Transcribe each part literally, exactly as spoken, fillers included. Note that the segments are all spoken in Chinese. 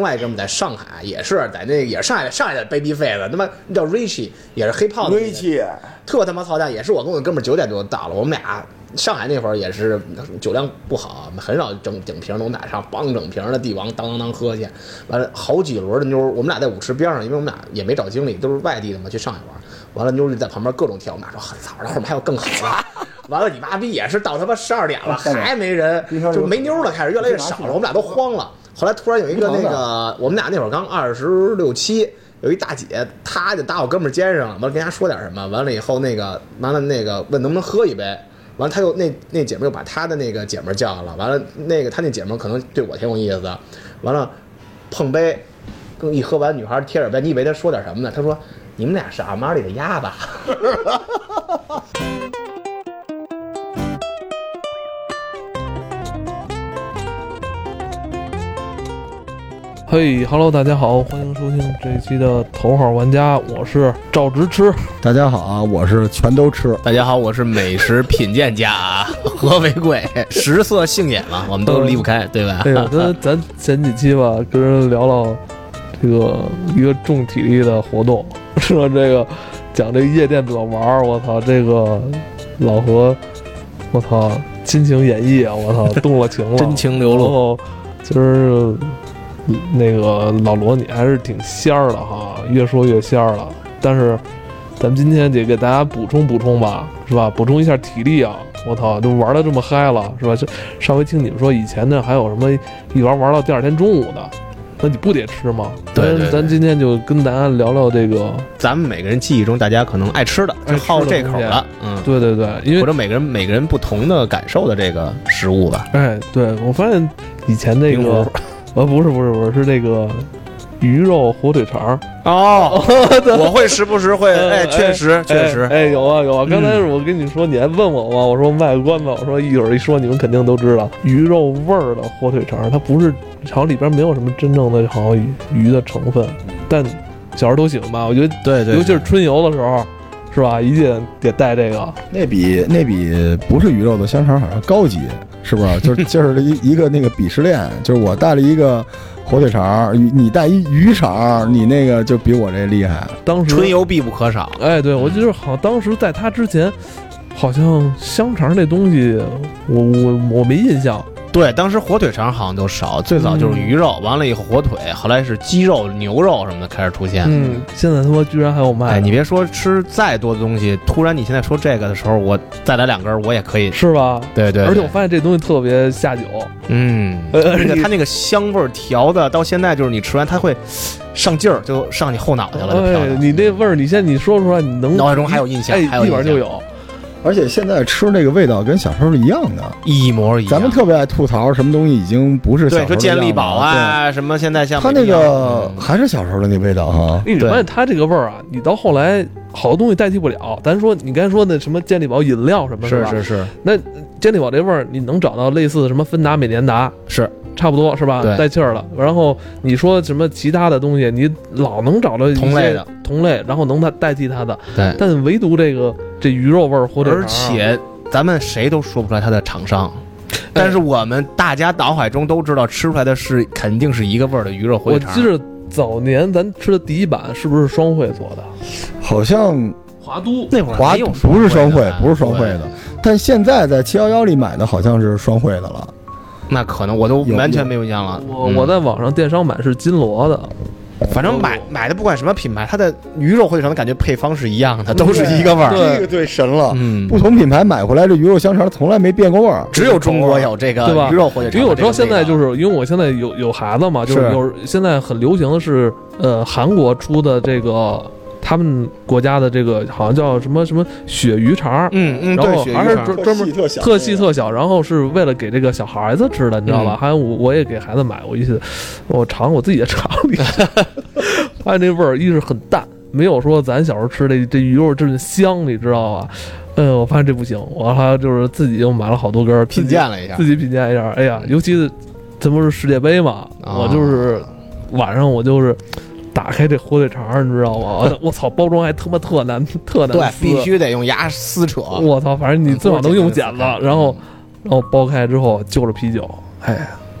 另外一哥们在上海也是在那也是上海上海的 baby face， 他妈叫 Richie 也是黑胖子 ，Richie 特他妈操蛋，也是我跟我哥们九点多到了，我们俩上海那会儿也是酒量不好，很少整整瓶能打上，梆整瓶的帝王当当当喝去，完了好几轮的妞，我们俩在舞池边上，因为我们俩也没找经理，都是外地的嘛，去上海玩，完了妞就在旁边各种跳，我们俩说操，待会儿我们还有更好的。完了，你妈逼也是到他妈十二点了，还没人，就没妞了，开始越来越少了，我们俩都慌了。后来突然有一个那个，我们俩那会儿刚二十六七，有一大姐，她就打我哥们肩上了，完了跟人家说点什么，完了以后那个完了那个问能不能喝一杯，完了他又那那姐们又把她的那个姐们叫了，完了那个她那姐们可能对我挺有意思的，完了碰杯，跟一喝完，女孩贴耳边，你以为她说点什么呢？她说你们俩是阿玛里的鸭吧。 嘿、hey, ，Hello， 大家好，欢迎收听这一期的头号玩家，我是赵直吃。 大家好啊，我是全都吃。 大家好，我是美食品鉴家啊，何为贵，食色性也嘛，我们都离不开，对吧？ 哎呀，跟咱前几期吧，跟人聊聊这个一个重体力的活动，说这个讲这个夜店怎么玩，我操，这个老何，我操，亲情演绎啊，我操，动了情了， 真情流露。 然后今儿。那个老罗你还是挺仙儿的哈，越说越仙儿了。但是咱们今天得给大家补充补充吧，是吧？补充一下体力啊！我操，就玩的这么嗨了，是吧？就上回听你们说以前呢还有什么一玩玩到第二天中午的，那你不得吃吗？ 对对对， 咱今天就跟大家聊聊这个， 咱们每个人记忆中大家可能爱吃的，就好这口的，嗯， 对对对，因为或者每个人每个人不同的感受的这个食物吧。 哎，对我发现以前那个。呃，不是不是不是，是那个鱼肉火腿肠哦，我会时不时会，哎，确实确实， 哎，有啊有啊。刚才我跟你说，你还问我吗？我说卖个关子，我说一会儿一说，你们肯定都知道，鱼肉味儿的火腿肠，它不是，好像里边没有什么真正的好像鱼的成分，但小孩都喜欢吧？我觉得， 对对， 尤其是春游的时候。是吧？一定得带这个， 那比那比不是鱼肉的香肠好像高级，是不是？就是就是一一个那个鄙视链，就是我带了一个火腿肠，你带一鱼肠，你那个就比我这厉害。 当时春游必不可少。 哎，对，我就是好，当时在他之前，好像香肠这东西，我我我没印象。 对，当时火腿肠好像都少，最早就是鱼肉，嗯、完了以后火腿，后来是鸡肉、牛肉什么的开始出现。 嗯，现在他妈居然还有卖。 哎，你别说吃再多的东西，突然你现在说这个的时候，我再来两根我也可以， 是吧？ 对 对, 对。 而且我发现这东西特别下酒。 嗯，呃，那个它那个香味调的，到现在就是你吃完它会上劲儿，就上你后脑去了。 哎，你那味儿，你现在你说出来，你能脑海中还有印象， 哎， 还有一晚就有。 而且现在吃那个味道跟小时候是一样的， 一模一样。 咱们特别爱吐槽什么东西已经不是小时候的样子了，对，说健力宝啊，什么现在像它那个还是小时候的那味道哈。 你发现它这个味儿啊，你到后来好多东西代替不了。咱说你刚才说那什么健力宝饮料什么是是是， 那健力宝这味儿你能找到类似的什么芬达、美年达是。 差不多是吧？带气儿了。然后你说什么其他的东西，你老能找到同类的同类，然后能它代替它的。 对， 但唯独这个这鱼肉味儿火腿肠， 而且咱们谁都说不出来它的厂商，但是我们大家脑海中都知道，吃出来的是肯定是一个味儿的鱼肉火腿肠。 我记得早年咱吃的第一版是不是双汇做的？ 好像华都那会儿华不是双汇，不是双汇的，但现在在七一一里买的好像是双汇的了。 那可能我都完全没有印象了。 我我在网上电商买是金罗的， 反正买买的不管什么品牌，它的鱼肉火腿肠的感觉配方是一样的，都是一个味儿。 这个对神了， 嗯， 不同品牌买回来这鱼肉香肠从来没变过味儿， 只有中国有这个鱼肉火腿肠。 因为我知道现在就是因为我现在有有孩子嘛，就是有现在很流行的是呃韩国出的这个。他们国家的这个好像叫什么什么鳕鱼肠， 嗯嗯， 然后还是专门特细特小，然后是为了给这个小孩子吃的，你知道吧？还有我我也给孩子买过一次，我尝我自己也尝了一下，发现这味儿一是很淡，没有说咱小时候吃的这鱼肉这么香，你知道吧？嗯，我发现这不行，我还就是自己又买了好多根品鉴了一下， 自己品鉴一下。哎呀，尤其是这不是世界杯嘛，我就是晚上我就是。打开这火腿肠，你知道吗？我操，包装还他妈特难，特难撕，对，必须得用牙撕扯。 我操，反正你最好能用剪子，然后，然后剥开之后就着啤酒，哎，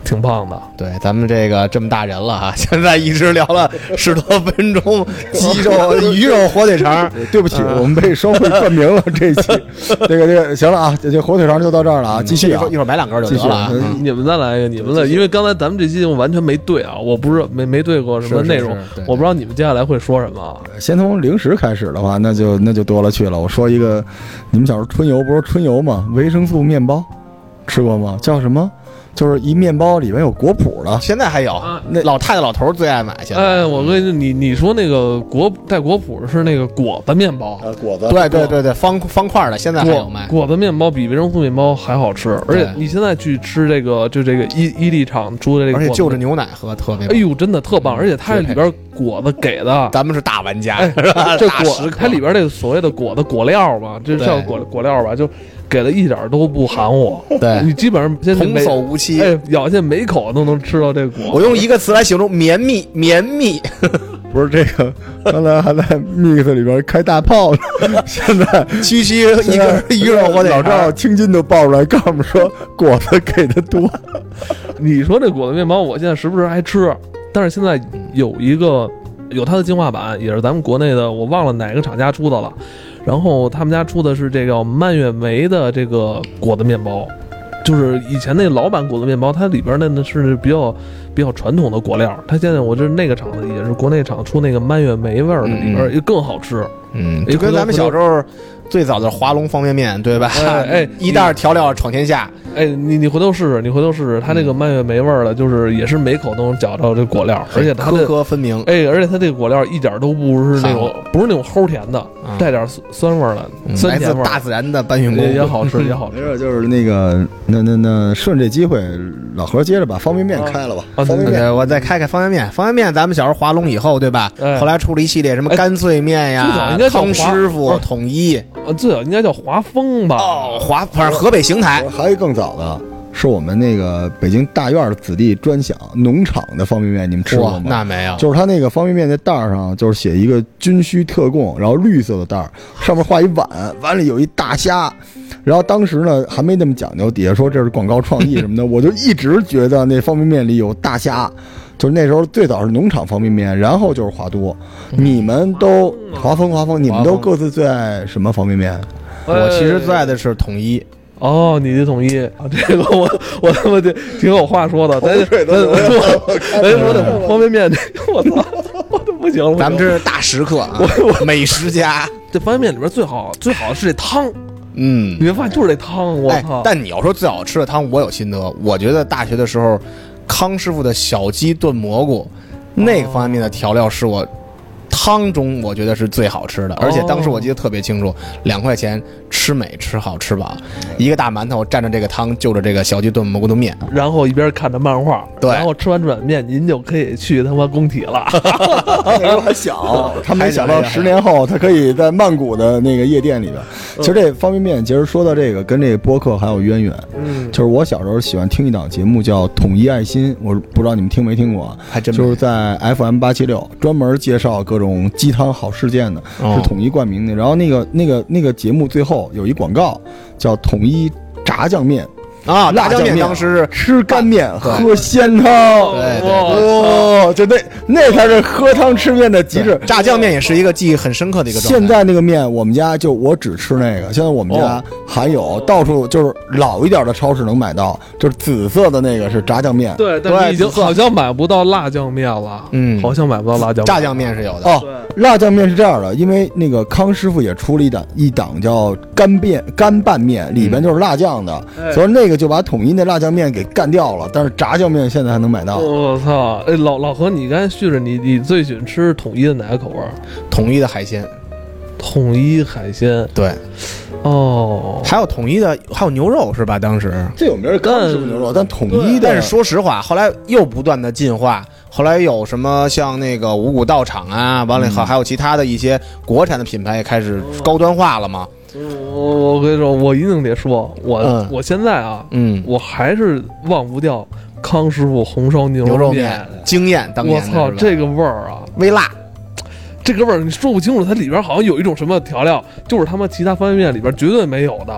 挺棒的。 对，咱们这个这么大人了哈，现在一直聊了十多分钟鸡肉、鱼肉、火腿肠。 对不起，我们被双汇冠名了这一期。这个这个行了啊，这这火腿肠就到这儿了啊，继续啊， 一会儿买两根就得了啊。 你们再来一个，你们的，因为刚才咱们这期完全没对啊，我不是没没对过什么内容，我不知道你们接下来会说什么。 先从零食开始的话，那就那就多了去了。我说一个，你们小时候春游不是春游吗？维生素面包吃过吗？叫什么？就是一面包里面有果脯的， 现在还有， 啊、 那老太太老头最爱买。现在， 哎，我跟你你你说那个果带果脯是那个果子面包， 呃，果子， 对对对对，方方块的，现在还有卖。 果子面包比维生素面包还好吃，而且你现在去吃这个，就这个伊伊利厂出的这个， 而且就着牛奶喝特别棒。 哎呦，真的特棒！而且它里边果子给的， 咱们是大玩家， 哎、 是吧？ 这果它里边这个所谓的果子果料吧，这叫果果料吧，就。给的一点都不含糊， 对你基本上现在童叟无欺， 哎，咬下每口都能吃到这果。 我用一个词来形容：绵密，绵密。 不是这个，刚才还在 mix 里边开大炮呢，现在区区一个鱼肉火腿肠， 老赵青筋都爆出来，告诉我们说果子给的多。 你说这果子面包，我现在时不时还吃，但是现在有一个有它的进化版，也是咱们国内的，我忘了哪个厂家出的了。然后他们家出的是这个蔓越莓的这个果子面包，就是以前那老版果子面包，它里边那是比较比较传统的果料。它现在我这那个厂子也是国内厂出那个蔓越莓味儿的，里边也更好吃。 嗯，就跟咱们小时候最早的华龙方便面，对吧？ 哎，哎一袋调料闯天下。 哎，你你回头试试，你回头试试，它那个蔓越莓味儿的，就是也是每口都能嚼着这果料，而且它颗颗分明。 哎，而且它这个果料一点都不是那种不是那种齁甜的，带点酸味儿的，酸甜味儿。 来自大自然的搬运工也好吃，也好吃。 没事，就是那个那那那顺这机会，老何接着把方便面开了吧。 啊、 方便面， 我再开开方便面。方便面，咱们小时候华龙以后，对吧？ 哎、 后来出了一系列什么干脆面呀，康师傅、统一， 啊，最早应该叫华丰吧？ 哦，华，反正河北邢台。 还有一更早的。是我们那个北京大院的子弟专享农场的方便面，你们吃过吗？ 那没有， 就是它那个方便面在袋上就是写一个军需特供，然后绿色的袋儿，上面画一碗，碗里有一大虾。然后当时呢还没那么讲究，底下说这是广告创意什么的，我就一直觉得那方便面里有大虾。就是那时候最早是农场方便面，然后就是华多。你们都华丰华丰，你们都各自最爱什么方便面？ 我其实最爱的是统一。 哦，你的统一啊，这个我我他妈的挺有话说的，咱咱咱说的方便面，我操，我都不行了。 咱们这是大食客啊，美食家。 这方便面里边最好最好的是这汤， 嗯， 你没发现就是这汤，我操、 哎！但你要说最好吃的汤，我有心得，我觉得大学的时候，康师傅的小鸡炖蘑菇，那个方便面的调料是我。汤中我觉得是最好吃的，而且当时我记得特别清楚，两块钱吃美吃好吃饱，一个大馒头蘸着这个汤，就着这个小鸡炖蘑菇的面， 然后一边看着漫画， 对， 然后吃完这碗面，您就可以去他妈工体了。 那时候还小，他没想到十年后他可以在曼谷的那个夜店里边。其实这方便面，其实说到这个，跟这个播客还有渊源。嗯，就是我小时候喜欢听一档节目叫《统一爱心》，我不知道你们听没听过， 还真就是在 F M 八七六专门介绍各种鸡汤好事件的， 哦、 是统一冠名的。然后那个那个那个节目最后有一广告，叫统一炸酱面。 啊，辣酱面当时吃干面喝鲜汤， 对对哦，就那那才是喝汤吃面的极致。 炸酱面也是一个记忆很深刻的一个状态。 现在那个面，我们家就我只吃那个。现在我们家还有、哦、到处就是老一点的超市能买到，就是紫色的那个是炸酱面。 对，但是已经好像买不到辣酱面了。嗯，好像买不到辣酱面。 炸酱面是有的。 哦，辣酱面是这样的，因为那个康师傅也出了一档一档叫干面干拌面，里边就是辣酱的，嗯、所以那个就把统一那辣酱面给干掉了。但是炸酱面现在还能买到。 我操！哎，老老何，你刚才续着你你最喜欢吃统一的哪个口味？ 统一的海鲜。 统一海鲜。 对。 哦， 还有统一的，还有牛肉是吧？当时最有名是康师傅牛肉，但统一的， 但是说实话，后来又不断的进化，后来有什么像那个五谷道场啊，完了以后还有其他的一些国产的品牌也开始高端化了嘛。 我我跟你说，我一定得说，我、 嗯、 我现在啊， 嗯， 我还是忘不掉康师傅红烧牛肉肉面， 惊艳当年。 我操，这个味儿啊， 微辣。 这个味儿你说不清楚，它里边好像有一种什么调料，就是他妈其他方便面里边绝对没有的。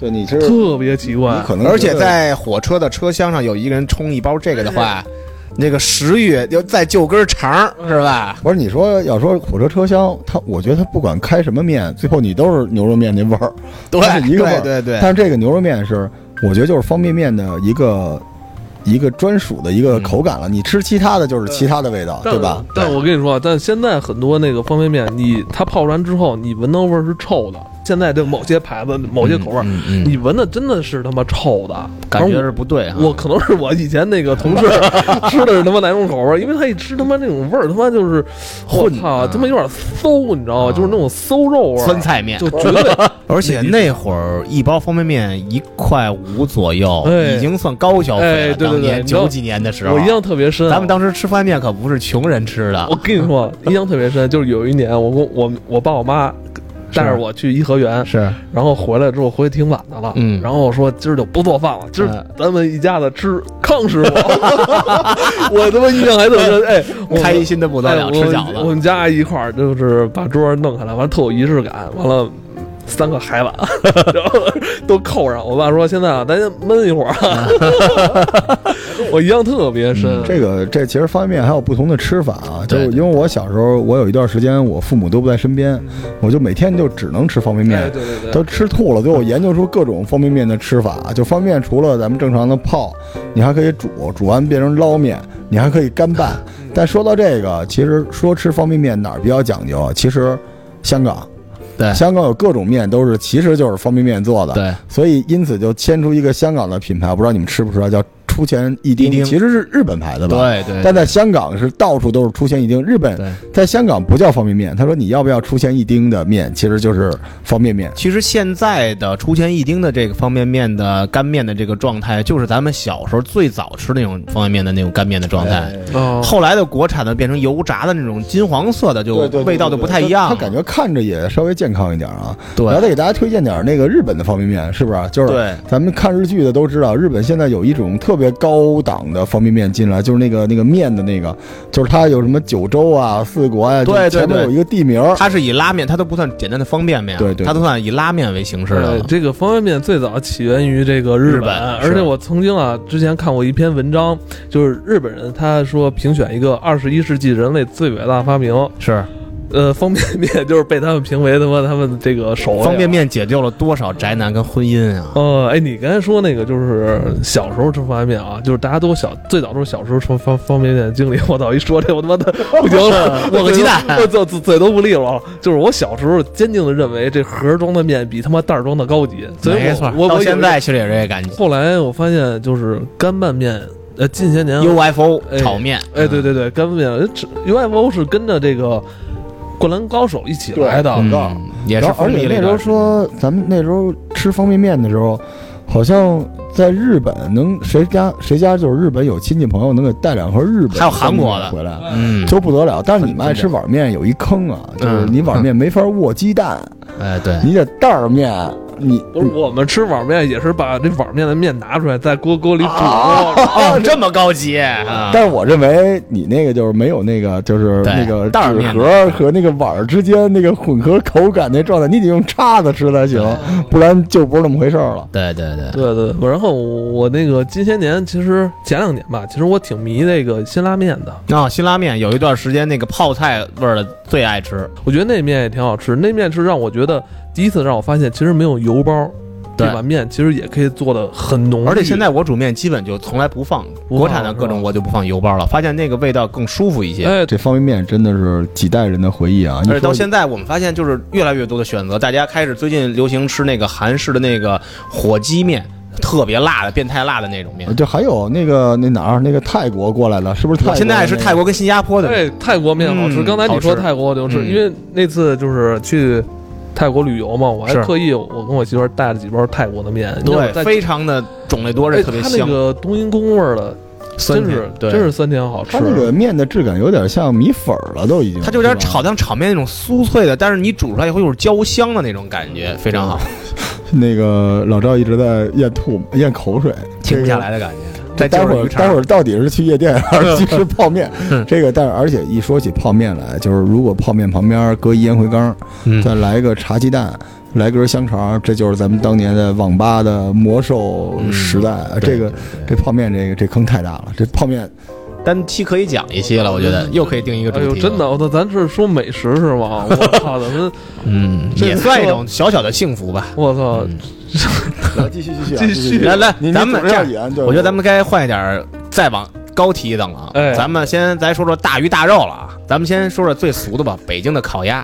对，你是特别奇怪。 你可能而且在火车的车厢上有一个人冲一包这个的话，那个食欲就再就根肠，是吧？ 不是你说要说火车车厢，它我觉得它不管开什么面，最后你都是牛肉面那味儿， 对， 是一个味儿。 对对对。 但是这个牛肉面是，我觉得就是方便面的一个。一个专属的一个口感了，你吃其他的就是其他的味道，对吧？ 但我跟你说，但现在很多那个方便面，你它泡完之后，你闻到味儿是臭的。现在这某些牌子、某些口味， 嗯嗯嗯、 你闻的真的是他妈臭的， 感觉是不对啊。 我可能是我以前那个同事吃的是他妈哪种口味，因为他一吃他妈那种味儿，他妈就是混啊，他妈有点馊，你知道吗？就是那种馊肉味。 酸菜面， 就绝对。 而且那会儿一包方便面一块五左右， 哎、 已经算高消费了。 哎、对对对， 九几年的时候， 我印象特别深、啊。 咱们当时吃方便面可不是穷人吃的。 我跟你说，印象特别深，就是有一年我跟我我爸我妈。带着我去颐和园， 是， 然后回来之后回去挺晚的了， 嗯， 然后我说今儿就不做饭了，今儿咱们一家子吃康师傅，我他妈印象还特深，哎， 开心的不得了， 哎、 吃饺子， 我们家一块儿就是把桌弄开来，完了特有仪式感，完了。三个海碗，然后都扣上。我爸说：“现在啊，咱先焖一会儿啊。”我印象特别深。 嗯、这个这其实方便面还有不同的吃法啊，就是因为我小时候，我有一段时间我父母都不在身边，我就每天就只能吃方便面， 哎、对对对， 都吃吐了。最后我研究出各种方便面的吃法，就方便面除了咱们正常的泡，你还可以煮，煮完变成捞面，你还可以干拌。但说到这个，其实说吃方便面哪儿比较讲究啊？其实香港。 对， 香港有各种面都是，其实就是方便面做的。 对， 所以因此就牵出一个香港的品牌，我不知道你们吃不吃，叫出前一丁，其实是日本牌的吧？ 对 对, 对。 但在香港是到处都是出前一丁，日本在香港不叫方便面。他说你要不要出前一丁的面，其实就是方便面。 其实现在的出前一丁的这个方便面的干面的这个状态，就是咱们小时候最早吃那种方便面的那种干面的状态。 哎哦、 后来的国产的变成油炸的那种金黄色的，就味道就不太一样。 它感觉看着也稍微健康一点啊。 对， 然后再给大家推荐点那个日本的方便面，是不是？就是对， 咱们看日剧的都知道，日本现在有一种特别高档的方便面进来，就是那个那个面的那个，就是它有什么九州啊、四国啊， 对对对， 前面有一个地名， 它是以拉面，它都不算简单的方便面， 对 对, 对， 它都算以拉面为形式的。 这个方便面最早起源于这个日本， 日本而且我曾经啊之前看过一篇文章，就是日本人他说评选一个二十一世纪人类最伟大发明是。 呃，方便面就是被他们评为他妈他们这个首位。 方便面解救了多少宅男跟婚姻啊！ 哦、呃，哎，你刚才说那个就是小时候吃方便面啊，就是大家都小，最早都是小时候吃方方便面的经历。我操，一说这我他妈的不行了， 握个鸡蛋， 我嘴嘴都不利落。就是我小时候坚定的认为这盒装的面比他妈袋装的高级，所以没错， 我到现在其实也是这个感觉。 后来我发现就是干拌面。呃，近些年 U F O 炒面， 哎，对对对，干拌面 U F O 是跟着这个。灌篮高手一起来的， 嗯， 也是。 而且那时候说，咱们那时候吃方便面的时候，好像在日本能谁家谁家就是日本有亲戚朋友能给带两盒日本， 还有韩国的回来， 嗯， 就不得了。但是你们爱吃碗面有一坑啊，就是你碗面没法握鸡蛋， 哎，对， 你得袋儿面。你不是我们吃碗面也是把这碗面的面拿出来，在锅锅里煮， 哦，这么高级。 但是我认为你那个就是没有那个就是那个纸盒和那个碗之间那个混合口感那状态，你得用叉子吃才行，不然就不是那么回事了。 对对对对对。然后我那个近些年，其实前两年吧，其实我挺迷那个辛拉面的。 啊，辛拉面有一段时间那个泡菜味儿的最爱吃， 我觉得那面也挺好吃。那面是让我觉得。第一次让我发现，其实没有油包，这碗面其实也可以做的很浓郁。 而且现在我煮面基本就从来不放国产的各种，我就不放油包了，发现那个味道更舒服一些。 哎， 这方便面真的是几代人的回忆啊！ 而且到现在我们发现，就是越来越多的选择，大家开始最近流行吃那个韩式的那个火鸡面。特别辣的，变态辣的那种面。 就还有那个那哪儿那个泰国过来了，是不是泰国？ 现在爱吃泰国跟新加坡的。 对，泰国面好吃。 嗯、 刚才你说泰国我就吃，嗯、因为那次就是去泰国旅游嘛，我还特意我跟我媳妇带了几包泰国的面， 对，非常的种类多，而且特别香。 它那个冬阴功味儿的。真是真是酸甜好吃， 它那个面的质感有点像米粉了，都已经。 它就有点炒像炒面那种酥脆的，但是你煮出来以后又是焦香的那种感觉，非常好。 那个老赵一直在咽吐咽口水， 停不下来的感觉。 再待会儿待会儿到底是去夜店还是去吃泡面？这个，但是而且一说起泡面来，就是如果泡面旁边搁一烟灰缸，嗯、再来一个茶鸡蛋。 来根香肠，这就是咱们当年的网吧的魔兽时代。 嗯、 这个这泡面，这个这坑太大了，这泡面。 单期可以讲一期了，我觉得又可以定一个主题。 哎呦，真的，我咱是说美食是吗？我操，咱们嗯也算一种小小的幸福吧。 我操， 来继续继续继续， 来来，咱们这样， 我觉得咱们该换一点，再往高提一等了。 哎， 咱们先咱说说大鱼大肉了啊，咱们先说说最俗的吧，北京的烤鸭。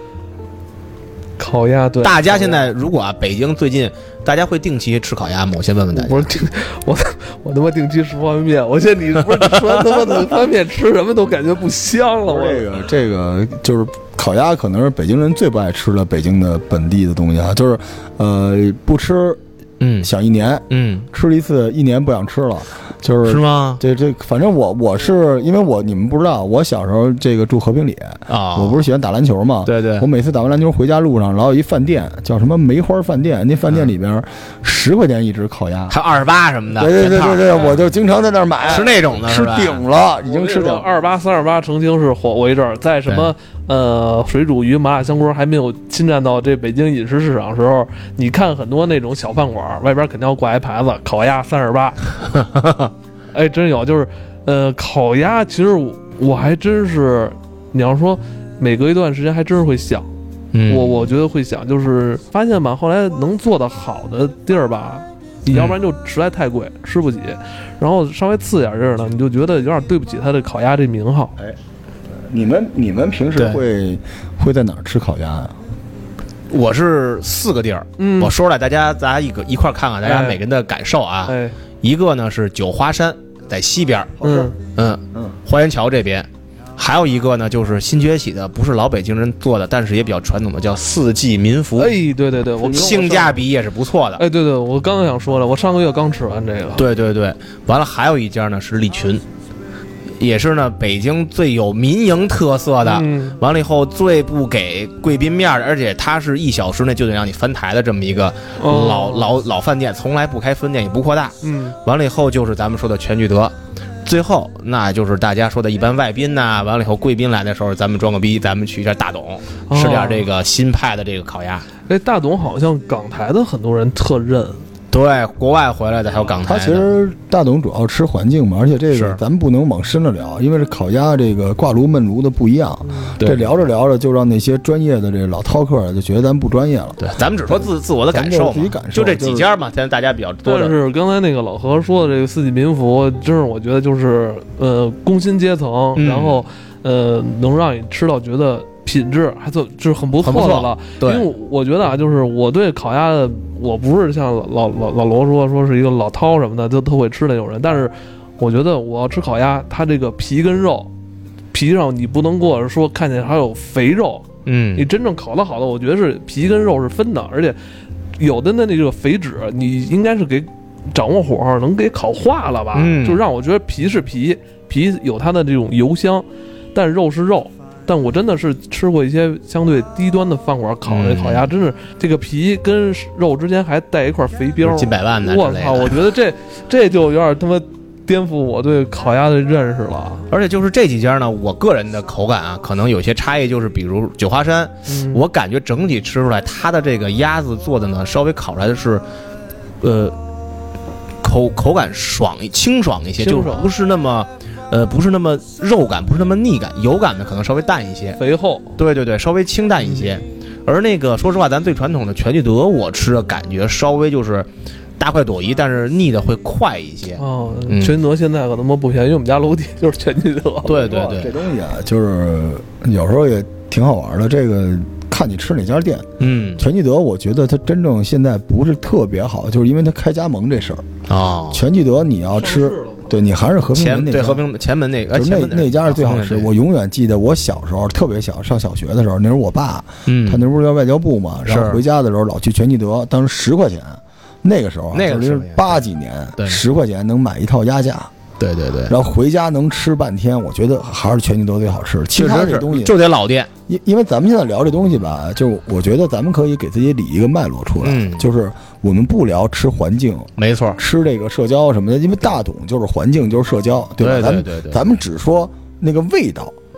烤鸭，对， 大家现在如果啊，北京最近大家会定期吃烤鸭吗？我先问问大家。 我定我我他妈定期吃方便面，我现在你不是说他妈的方便面吃什么都感觉不香了。我这个这个就是烤鸭，可能是北京人最不爱吃的北京的本地的东西啊，就是呃不吃， 嗯， 想一年， 嗯， 吃一次一年不想吃了。就是是吗？ 这这，反正我我是因为我你们不知道，我小时候这个住和平里啊， 我不是喜欢打篮球嘛？ 对对， 我每次打完篮球回家路上，老有一饭店叫什么梅花饭店，那饭店里边十块钱一只烤鸭， 还有二十八什么的。 对对对对对，我就经常在那儿买， 吃那种的， 吃顶了，已经吃顶了。 二十八、三十八曾经是火过一阵儿，在什么呃水煮鱼、麻辣香锅还没有侵占到这北京饮食市场的时候，你看很多那种小饭馆外边肯定要挂一牌子，烤鸭三十八。哎，真有，就是，呃，烤鸭，其实我我还真是，你要说每隔一段时间还真是会想， 嗯， 我我觉得会想，就是发现吧，后来能做的好的地儿吧，你要不然就实在太贵，嗯、吃不起，然后稍微次点地儿呢，你就觉得有点对不起他的烤鸭这名号。 哎，你们你们平时会会在哪儿吃烤鸭呀、啊？ 我是四个地儿，嗯，我说出来，大家大家一个一块看看大家每个人的感受啊。 哎， 一个呢是九华山，在西边， 嗯嗯嗯，花园桥这边。还有一个呢，就是新崛起的，不是老北京人做的，但是也比较传统的，叫四季民福。 哎，对对对，我性价比也是不错的。 哎，对对，我刚刚想说了，我上个月刚吃完这个。 对对对，完了还有一家呢是利群。也是呢，北京最有民营特色的，嗯、完了以后最不给贵宾面的，而且它是一小时内就得让你翻台的这么一个老、哦、老老饭店，从来不开分店也不扩大。 嗯， 完了以后就是咱们说的全聚德，最后那就是大家说的一般外宾呐、啊，完了以后贵宾来的时候，咱们装个逼，咱们去一下大董，哦、吃点这个新派的这个烤鸭。 哎，大董好像港台的很多人特认。 对，国外回来的还有港台的。 他其实大董主要吃环境嘛，而且这个咱们不能往深了聊，因为这烤鸭这个挂炉焖炉的不一样。这聊着聊着就让那些专业的这老饕客就觉得咱不专业了。 对，咱们只说自自我的感受嘛， 自己感受， 就这几家嘛，现在大家比较多的。 但是刚才那个老何说的这个四季民福，真是我觉得就是呃工薪阶层， 嗯、 然后呃能让你吃到觉得。品质还做就是很不错的了， 对， 因为我觉得啊，就是我对烤鸭的，我不是像老老老罗说说是一个老饕什么的就特会吃那种人，但是我觉得我要吃烤鸭，它这个皮跟肉，皮上你不能给我说看见还有肥肉， 嗯， 你真正烤的好的，我觉得是皮跟肉是分的，而且有的那那个肥脂，你应该是给掌握火候能给烤化了吧， 嗯， 就让我觉得皮是皮，皮有它的这种油香，但肉是肉。但我真的是吃过一些相对低端的饭馆烤的烤鸭，嗯、真是这个皮跟肉之间还带一块肥膘， 几百万的。 我操！我觉得这这就有点他妈颠覆我对烤鸭的认识了。 而且就是这几家呢，我个人的口感啊，可能有些差异，就是比如九华山，嗯、我感觉整体吃出来，它的这个鸭子做的呢，稍微烤出来的是，呃，口口感爽清爽一些，就不是那么。呃，不是那么肉感，不是那么腻感，油感的可能稍微淡一些， 肥厚。 对对对，稍微清淡一些。嗯、而那个说实话，咱最传统的全聚德，我吃的感觉稍微就是大快朵颐，但是腻的会快一些。 哦，嗯、全聚德现在可他妈不便宜，因为我们家楼底就是全聚德。 对对对， 这东西啊，就是有时候也挺好玩的。这个看你吃哪家店。 嗯， 全聚德，我觉得它真正现在不是特别好，就是因为它开加盟这事儿。 哦， 全聚德你要吃。对你还是和平门那家， 对和平前门那个， 就那那家是最好吃。我永远记得我小时候特别小，上小学的时候，那时候我爸， 嗯， 他那不是叫外交部嘛，然后回家的时候老去全聚德，当时十块钱，那个时候啊， 那个是八几年，十块钱能买一套鸭架。 对对对， 然后回家能吃半天，我觉得还是全聚德最好吃。其他这东西就得老店， 因因为咱们现在聊这东西吧，就我觉得咱们可以给自己理一个脉络出来， 嗯、 就是我们不聊吃环境， 没错， 吃这个社交什么的，因为大董就是环境就是社交，对吧？ 对对对对， 咱们咱们只说那个味道。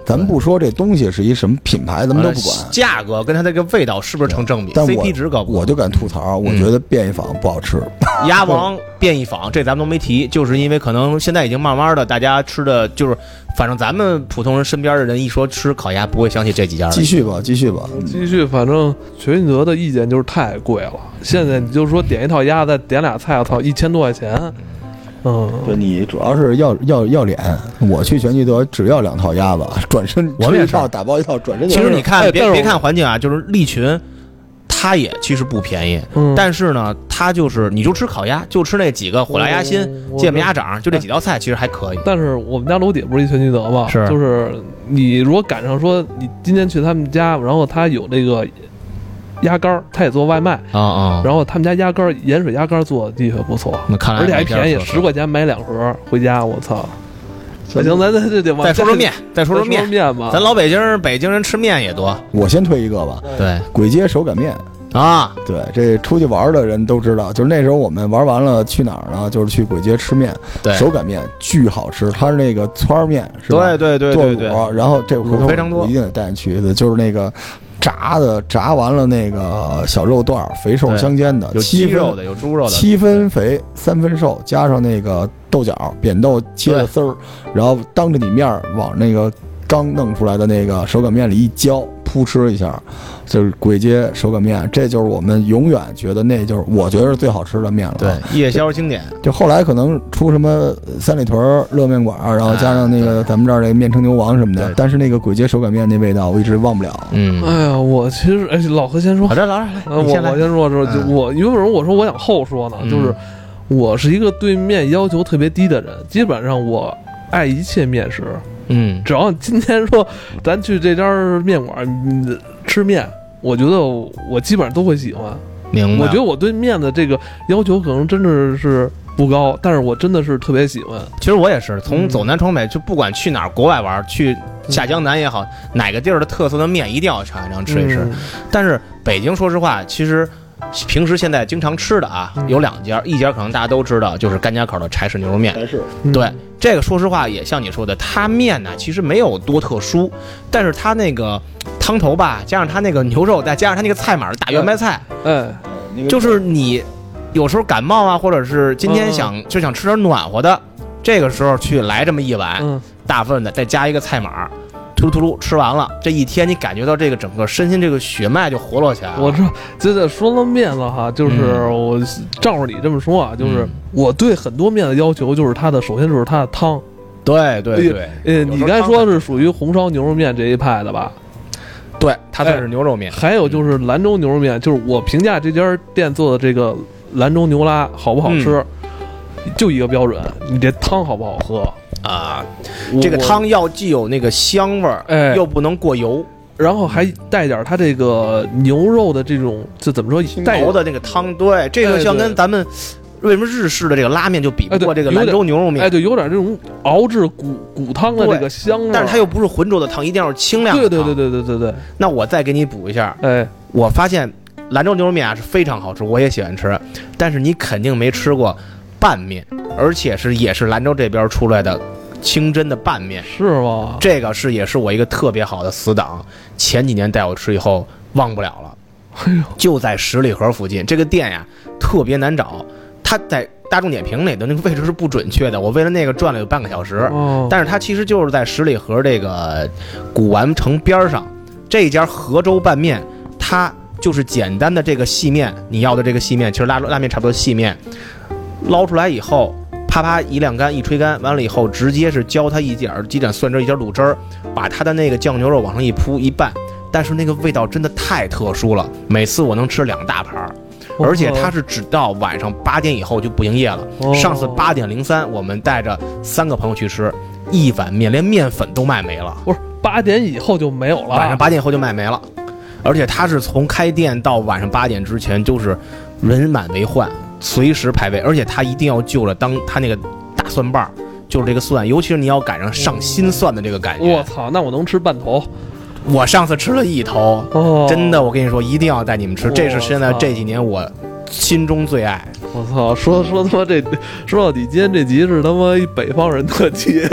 咱们不说这东西是一什么品牌，咱们都不管， 价格跟它这个味道是不是成正比 ，C P 值高不高？ 我就敢吐槽，我觉得便宜坊不好吃。 鸭王、便宜坊这咱们都没提，就是因为可能现在已经慢慢的大家吃的就是，反正咱们普通人身边的人一说吃烤鸭，不会想起这几家。 继续吧，继续吧， 继续。反正全聚德的意见就是太贵了，现在你就说点一套鸭，再点俩菜，我操，一千多块钱。嗯， 对，你主要是要要要脸。我去全聚德只要两套鸭子，转身我们一套打包一套，转身。 其实你看， 哎、 别别看环境啊，就是利群，它也其实不便宜， 嗯、 但是呢，它就是你就吃烤鸭，就吃那几个火辣鸭心、芥末鸭掌，就这几道菜，其实还可以。 但是我们家楼底不是一全聚德吗？ 是， 就是你如果赶上说你今天去他们家，然后他有这个。鸭肝他也做外卖啊啊， 然后他们家鸭肝盐水鸭肝做的的确不错， 那看来而且还便宜，十块钱买两盒回家，我操！行，咱咱这得再说说面，再说说面面吧。 咱老北京人，北京人吃面也多。 我先推一个吧， 对， 簋街手擀面啊， 对，这出去玩的人都知道，就是那时候我们玩完了去哪儿呢？就是去簋街吃面， 对， 手擀面巨好吃，它是那个汆面，是吧？ 对对对对对， 然后这回头非常多， 一定得带你去的，就是那个。炸的炸完了那个小肉段肥瘦相间的， 有鸡肉的，有猪肉的， 七分肥三分瘦，加上那个豆角扁豆切的丝儿，然后当着你面往那个刚弄出来的那个手擀面里一浇，扑哧一下，就是簋街手擀面，这就是我们永远觉得那就是我觉得是最好吃的面了。 对，夜宵经典。 就后来可能出什么三里屯热面馆，然后加上那个咱们这儿这个面城牛王什么的，但是那个簋街手擀面那味道我一直忘不了。 嗯，哎呀，我其实哎，老何先说， 好的，老来， 我我先说说，就我因为为什么我说我想后说呢？就是我是一个对面要求特别低的人，基本上我爱一切面食。 嗯， 只要今天说咱去这家面馆吃面，我觉得我基本上都会喜欢。 明白。 我觉得我对面的这个要求可能真的是不高，但是我真的是特别喜欢。 其实我也是，从走南闯北，就不管去哪儿，国外玩，去下江南也好，哪个地儿的特色的面一定要尝一尝，吃一吃。嗯、但是北京，说实话，其实。平时现在经常吃的啊，有两家，一家可能大家都知道，就是甘家口的柴氏牛肉面。 柴氏， 对，这个说实话也像你说的，它面呢其实没有多特殊，但是它那个汤头吧，加上它那个牛肉，再加上它那个菜码大圆白菜， 哎， 就是你有时候感冒啊，或者是今天想、嗯、就想吃点暖和的，这个时候去来这么一碗、嗯、大份的，再加一个菜码。突噜突噜吃完了，这一天你感觉到这个整个身心这个血脉就活络起来了。 我知道，这这说到面了哈，就是我照着你这么说啊，就是我对很多面的要求就是它的，首先就是它的汤。 对对对， 呃，你刚才说是属于红烧牛肉面这一派的吧？ 对，它算是牛肉面。 还有就是兰州牛肉面，就是我评价这家店做的这个兰州牛拉好不好吃，嗯、就一个标准，你这汤好不好喝。 啊，这个汤要既有那个香味儿， 哎， 又不能过油， 然后还带点它这个牛肉的这种，这怎么说？带油的那个汤，对，这个像跟咱们为什么日式的这个拉面就比不过这个兰州牛肉面？ 哎，对，有点这种熬制骨骨汤的这个香味， 但是它又不是浑浊的汤，一定要是清亮的汤。对对对对对对对。 那我再给你补一下， 哎， 我发现兰州牛肉面啊是非常好吃，我也喜欢吃，但是你肯定没吃过拌面。而且是也是兰州这边出来的清真的拌面， 是吗？ 这个是也是我一个特别好的死党，前几年带我吃以后忘不了了。 哎呦， 就在十里河附近，这个店呀特别难找，它在大众点评里的那个位置是不准确的，我为了那个转了有半个小时。 哦， 但是它其实就是在十里河这个古玩城边上，这一家河州拌面，它就是简单的这个细面，你要的这个细面，其实拉拉面差不多细面，捞出来以后。啪啪一晾干一吹干，完了以后直接是浇它一点几点蒜汁一点卤汁儿，把它的那个酱牛肉往上一铺一拌，但是那个味道真的太特殊了，每次我能吃两大盘儿，而且它是只到晚上八点以后就不营业了。 哦、 上次八点零三，我们带着三个朋友去吃，一碗面连面粉都卖没了。 不是八点以后就没有了， 晚上八点以后就卖没了，而且它是从开店到晚上八点之前就是人满为患。随时排位，而且他一定要就着当他那个大蒜瓣儿，就是这个蒜，尤其是你要赶上上新蒜的这个感觉。 我操，那我能吃半头。 我上次吃了一头， 哦、 真的，我跟你说，一定要带你们吃，这是现在这几年我心中最爱。 我操，说说他妈这说到底，今天这集是他妈一北方人特辑，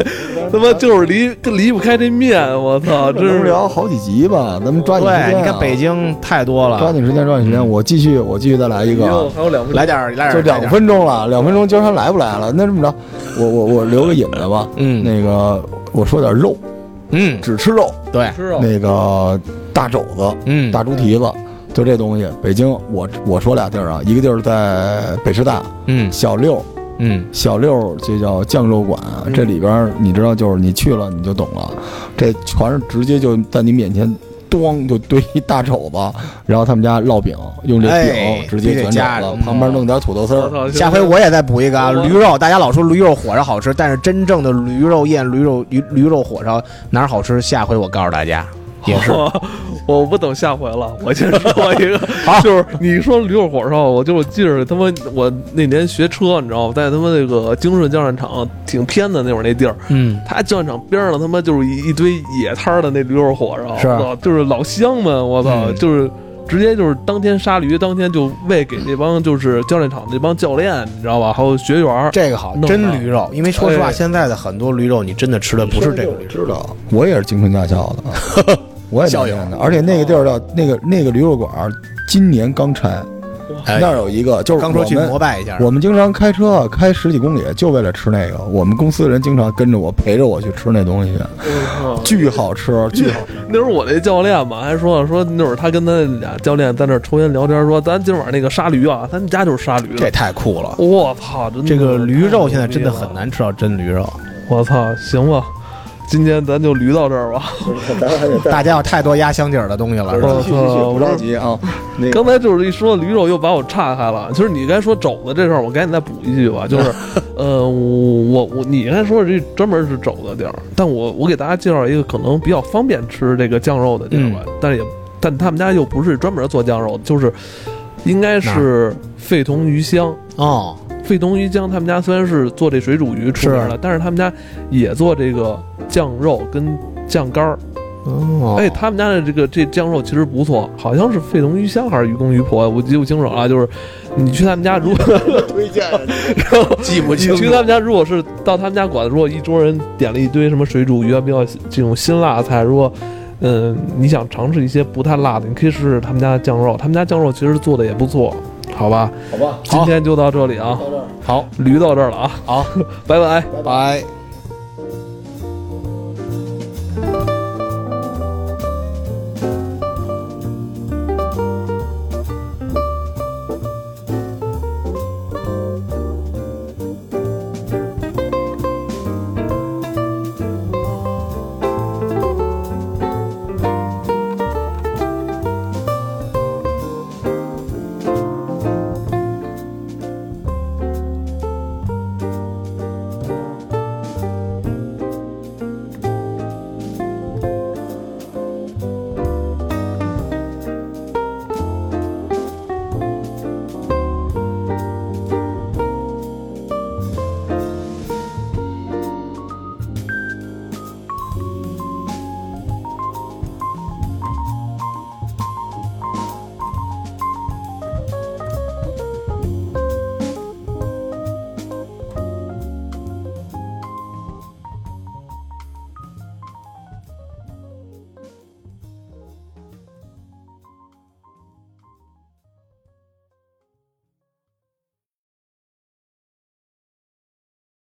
他妈就是离离不开这面，我操，真是能聊好几集吧，咱们抓紧时间、啊。 对，你看北京太多了， 抓紧时间，抓紧时间。我继续，我继续再来一个， 还有两分钟， 来点来点， 就两分钟了，两分钟，今儿他来不来了？那这么着，我我我留个引子吧。 嗯， 那个我说点肉， 嗯， 只吃肉， 对， 吃肉， 那个大肘子， 嗯， 大猪蹄子。就这东西，北京我我说俩地儿啊，一个地儿在北师大， 嗯， 小六， 嗯， 小六这叫酱肉馆，嗯、这里边你知道，就是你去了你就懂了，这全是直接就在你面前，咣就堆一大肘子，然后他们家烙饼，用这饼、哎、直接卷肘子，旁边弄点土豆丝儿、 嗯。下回我也再补一个啊，驴肉，大家老说驴肉火烧好吃，但是真正的驴肉宴、驴肉驴驴肉火烧哪儿好吃？下回我告诉大家。也是， 我不等下回了，我先说一个，就是你说驴肉火烧，我就记着他妈我那年学车，你知道吗？在他妈那个京顺交战场挺偏的那会儿那地儿， 嗯， 他交战场边上他妈就是一一堆野摊的那驴肉火烧， 是， 就是老乡们，我操，嗯、就是直接就是当天杀驴，当天就喂给那帮就是教练场那帮教练，你知道吧？还有学员， 这个好，真驴肉。因为说实话，现在的很多驴肉，你真的吃的不是这个驴肉。 知道，我也是京顺驾校的。我也教练的，而且那个地儿叫那个那个驴肉馆，今年刚拆， 哎、 那儿有一个，就是刚说去膜拜一下。 我们经常开车开十几公里，就为了吃那个。我们公司的人经常跟着我，陪着我去吃那东西，巨好吃，巨好吃。 那会儿我那教练嘛，还说说那会儿他跟他俩教练在那抽烟聊天，说咱今晚那个杀驴啊，咱们家就是杀驴的， 这太酷了！ 我操，真的这个驴肉现在真的很难吃到真驴肉。 我操，行吧。今天咱就驴到这儿吧， 大家有太多压箱底儿的东西了。 我操，不着急啊！ 刚才就是一说驴肉，又把我岔开了。其实你该说肘子这事儿，我赶紧再补一句吧，就是，呃，我我你刚才说这专门是肘子地儿，但我我给大家介绍一个可能比较方便吃这个酱肉的地儿吧，嗯、但是也但他们家又不是专门做酱肉，就是应该是沸腾鱼香哦。 沸腾鱼香他们家虽然是做这水煮鱼出名的，但是他们家也做这个酱肉跟酱干儿。 哦， 哎，他们家的这个这酱肉其实不错，好像是沸腾鱼香还是鱼公鱼婆，我记不清楚了。就是你去他们家，如果推荐， 然后记不清。 你去他们家，如果是到他们家馆子，如果一桌人点了一堆什么水煮鱼啊，比较这种辛辣菜，如果嗯你想尝试一些不太辣的，你可以试试他们家的酱肉，他们家酱肉其实做的也不错。好吧， 好吧， 今天就到这里啊， 好， 驴到这儿了啊， 好， 拜拜， 拜拜。